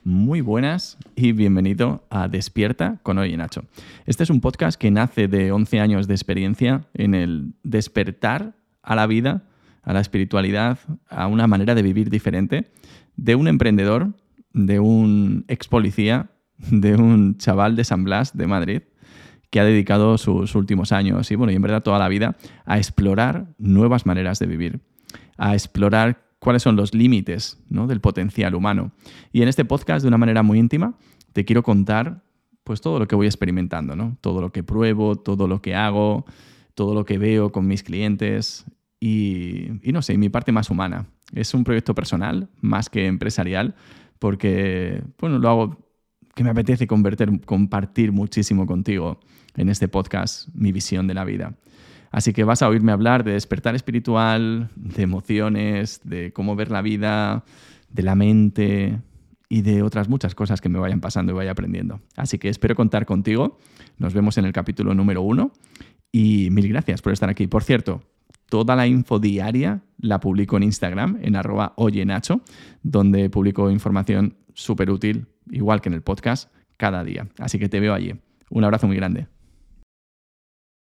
Muy buenas y bienvenido a Despierta con Oye Nacho. Este es un podcast que nace de 11 años de experiencia en el despertar a la vida, a la espiritualidad, a una manera de vivir diferente, de un emprendedor, de un ex policía, de un chaval de San Blas, de Madrid, que ha dedicado sus últimos años y en verdad toda la vida a explorar nuevas maneras de vivir, a explorar cuáles son los límites, ¿no?, del potencial humano. Y en este podcast, de una manera muy íntima, te quiero contar pues todo lo que voy experimentando, ¿no? Todo lo que pruebo, todo lo que hago, todo lo que veo con mis clientes y no sé, mi parte más humana. Es un proyecto personal más que empresarial porque, lo hago que me apetece compartir muchísimo contigo en este podcast mi visión de la vida. Así que vas a oírme hablar de despertar espiritual, de emociones, de cómo ver la vida, de la mente y de otras muchas cosas que me vayan pasando y vaya aprendiendo. Así que espero contar contigo. Nos vemos en el capítulo número 1 y mil gracias por estar aquí. Por cierto, toda la info diaria la publico en Instagram, en @oyenacho, donde publico información súper útil, igual que en el podcast, cada día. Así que te veo allí. Un abrazo muy grande.